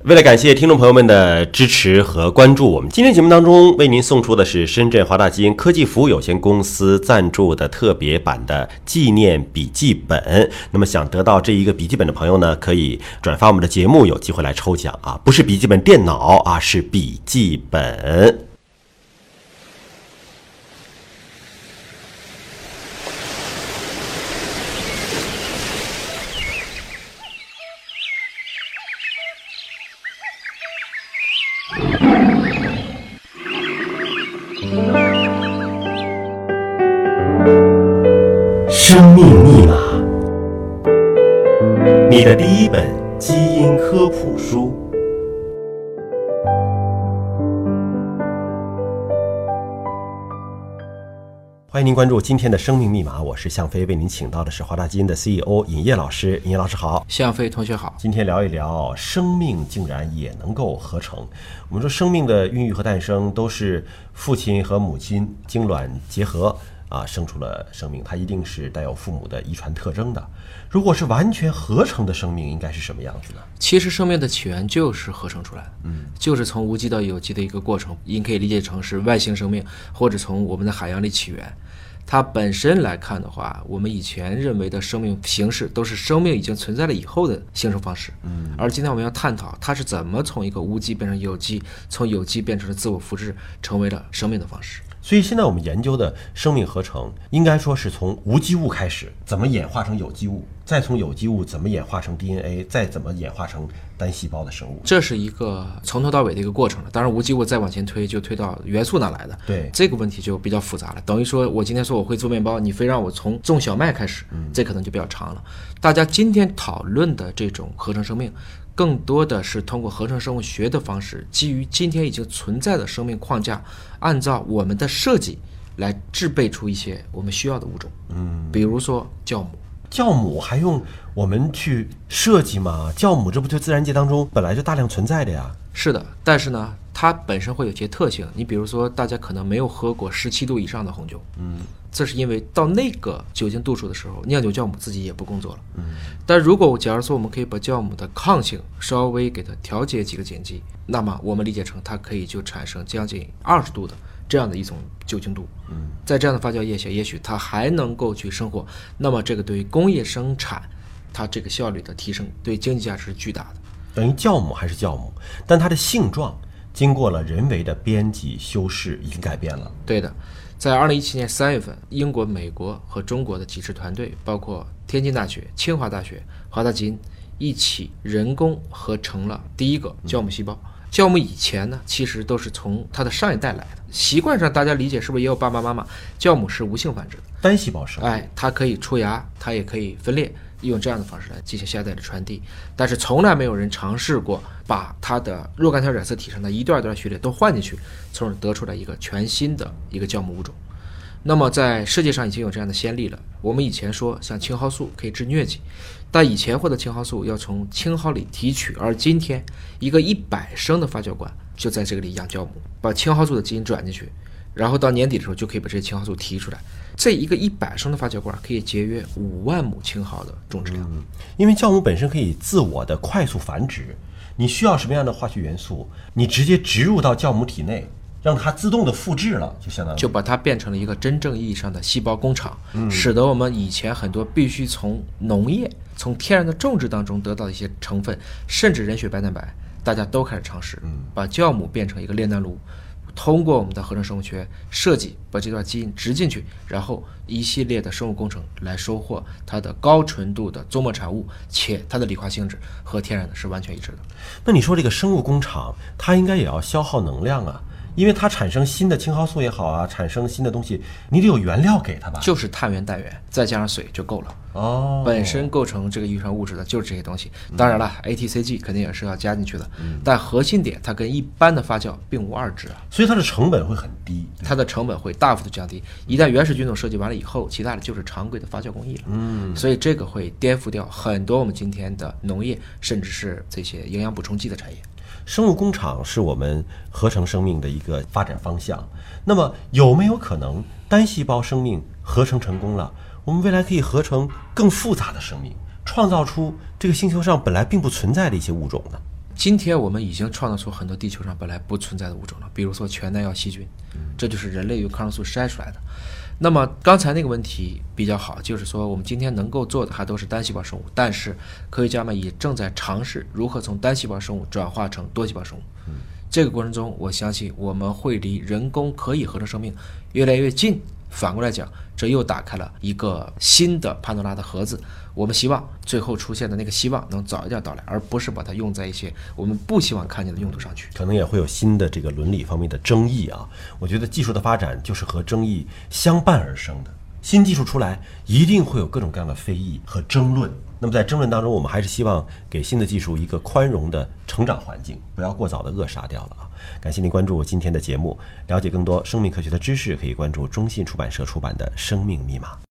为了感谢听众朋友们的支持和关注，我们今天节目当中为您送出的是深圳华大基因科技服务有限公司赞助的特别版的纪念笔记本。那么想得到这一个笔记本的朋友呢，可以转发我们的节目，有机会来抽奖啊！不是笔记本电脑啊，是笔记本。生命密码，你的第一本基因科普书。欢迎您关注今天的生命密码，我是向飞，为您请到的是华大基因的 CEO 尹烨老师。尹烨老师好。 向飞同学好。 今天聊一聊生命竟然也能够合成。我们说生命的孕育和诞生都是父亲和母亲精卵结合生出了生命，它一定是带有父母的遗传特征的。如果是完全合成的生命，应该是什么样子呢？ 其实生命的起源就是合成出来的，就是从无机到有机的一个过程。您可以理解成是外星生命，或者从我们的海洋里起源。它本身来看的话，我们以前认为的生命形式都是生命已经存在了以后的形成方式，而今天我们要探讨它是怎么从一个无机变成有机，从有机变成了自我复制，成为了生命的方式。 所以现在我们研究的生命合成，应该说是从无机物开始，怎么演化成有机物，再从有机物怎么演化成 DNA， 再怎么演化成单细胞的生物。 这是一个从头到尾的一个过程了。当然无机物再往前推，就推到元素哪来的， 对， 这个问题就比较复杂了。等于说我今天说我会做面包，你非让我从种小麦开始，这可能就比较长了。大家今天讨论的这种合成生命，更多的是通过合成生物学的方式，基于今天已经存在的生命框架，按照我们的设计来制备出一些我们需要的物种。比如说酵母。 酵母还用我们去设计吗？酵母这不就自然界当中本来就大量存在的呀？ 是的，但是呢，它本身会有些特性。你比如说，大家可能没有喝过17度以上的红酒，这是因为到那个酒精度数的时候，酿酒酵母自己也不工作了。但如果假如说我们可以把酵母的抗性稍微给它调节几个碱基，那么我们理解成它可以就产生将近20度的这样的一种酒精度。在这样的发酵液下，也许它还能够去生活。那么这个对于工业生产，它这个效率的提升，对经济价值是巨大的。 等于酵母还是酵母，但它的性状经过了人为的编辑修饰，已经改变了。 对的，在2017年3月份，英国、美国和中国的几支团队，包括天津大学、清华大学、华大基因，一起人工合成了第一个酵母细胞。酵母以前呢，其实都是从它的上一代来的。习惯上大家理解是不是也有爸爸妈妈？酵母是无性繁殖的， 单细胞生物。 它可以出芽，它也可以分裂，用这样的方式来进行下一代的传递。但是从来没有人尝试过把它的若干条染色体上的一段段序列都换进去，从而得出来一个全新的一个酵母物种。那么在世界上已经有这样的先例了。我们以前说像青蒿素可以治疟疾，但以前获得青蒿素要从青蒿里提取，而今天一个100升的发酵罐就在这个里养酵母，把青蒿素的基因转进去，然后到年底的时候就可以把这些青蒿素提出来。这一个100升的发酵罐可以节约5万亩青蒿的种植量。 因为酵母本身可以自我的快速繁殖，你需要什么样的化学元素，你直接植入到酵母体内，让它自动的复制了，就相当于就把它变成了一个真正意义上的细胞工厂，使得我们以前很多必须从农业、从天然的种植当中得到的一些成分，甚至人血白蛋白，大家都开始尝试把酵母变成一个炼丹炉，通过我们的合成生物学设计，把这段基因植进去，然后一系列的生物工程来收获它的高纯度的终末产物，且它的理化性质和天然的是完全一致的。 那你说这个生物工厂，它应该也要消耗能量啊？因为它产生新的青蒿素也好啊，产生新的东西，你得有原料给它吧？ 就是碳源氮源，再加上水就够了。本身构成这个遗传物质的就是这些东西。当然了 ，ATCG 肯定也是要加进去的，但核心点它跟一般的发酵并无二致啊。 所以它的成本会很低， 它的成本会大幅度降低。一旦原始菌种设计完了以后，其他的就是常规的发酵工艺了。所以这个会颠覆掉很多我们今天的农业，甚至是这些营养补充剂的产业。 生物工厂是我们合成生命的一个发展方向。那么有没有可能单细胞生命合成成功了，我们未来可以合成更复杂的生命，创造出这个星球上本来并不存在的一些物种呢？ 今天我们已经创造出很多地球上本来不存在的物种了，比如说全耐药细菌，这就是人类用抗生素筛出来的。那么刚才那个问题比较好，就是说我们今天能够做的还都是单细胞生物，但是科学家们也正在尝试如何从单细胞生物转化成多细胞生物。这个过程中，我相信我们会离人工可以合成生命越来越近。反过来讲，这又打开了一个新的潘多拉的盒子。我们希望最后出现的那个希望能早一点到来，而不是把它用在一些我们不希望看见的用途上去。 可能也会有新的这个伦理方面的争议啊。我觉得技术的发展就是和争议相伴而生的。新技术出来，一定会有各种各样的非议和争论。那么在争论当中，我们还是希望给新的技术一个宽容的成长环境，不要过早的扼杀掉了啊！感谢您关注今天的节目，了解更多生命科学的知识，可以关注中信出版社出版的《生命密码》。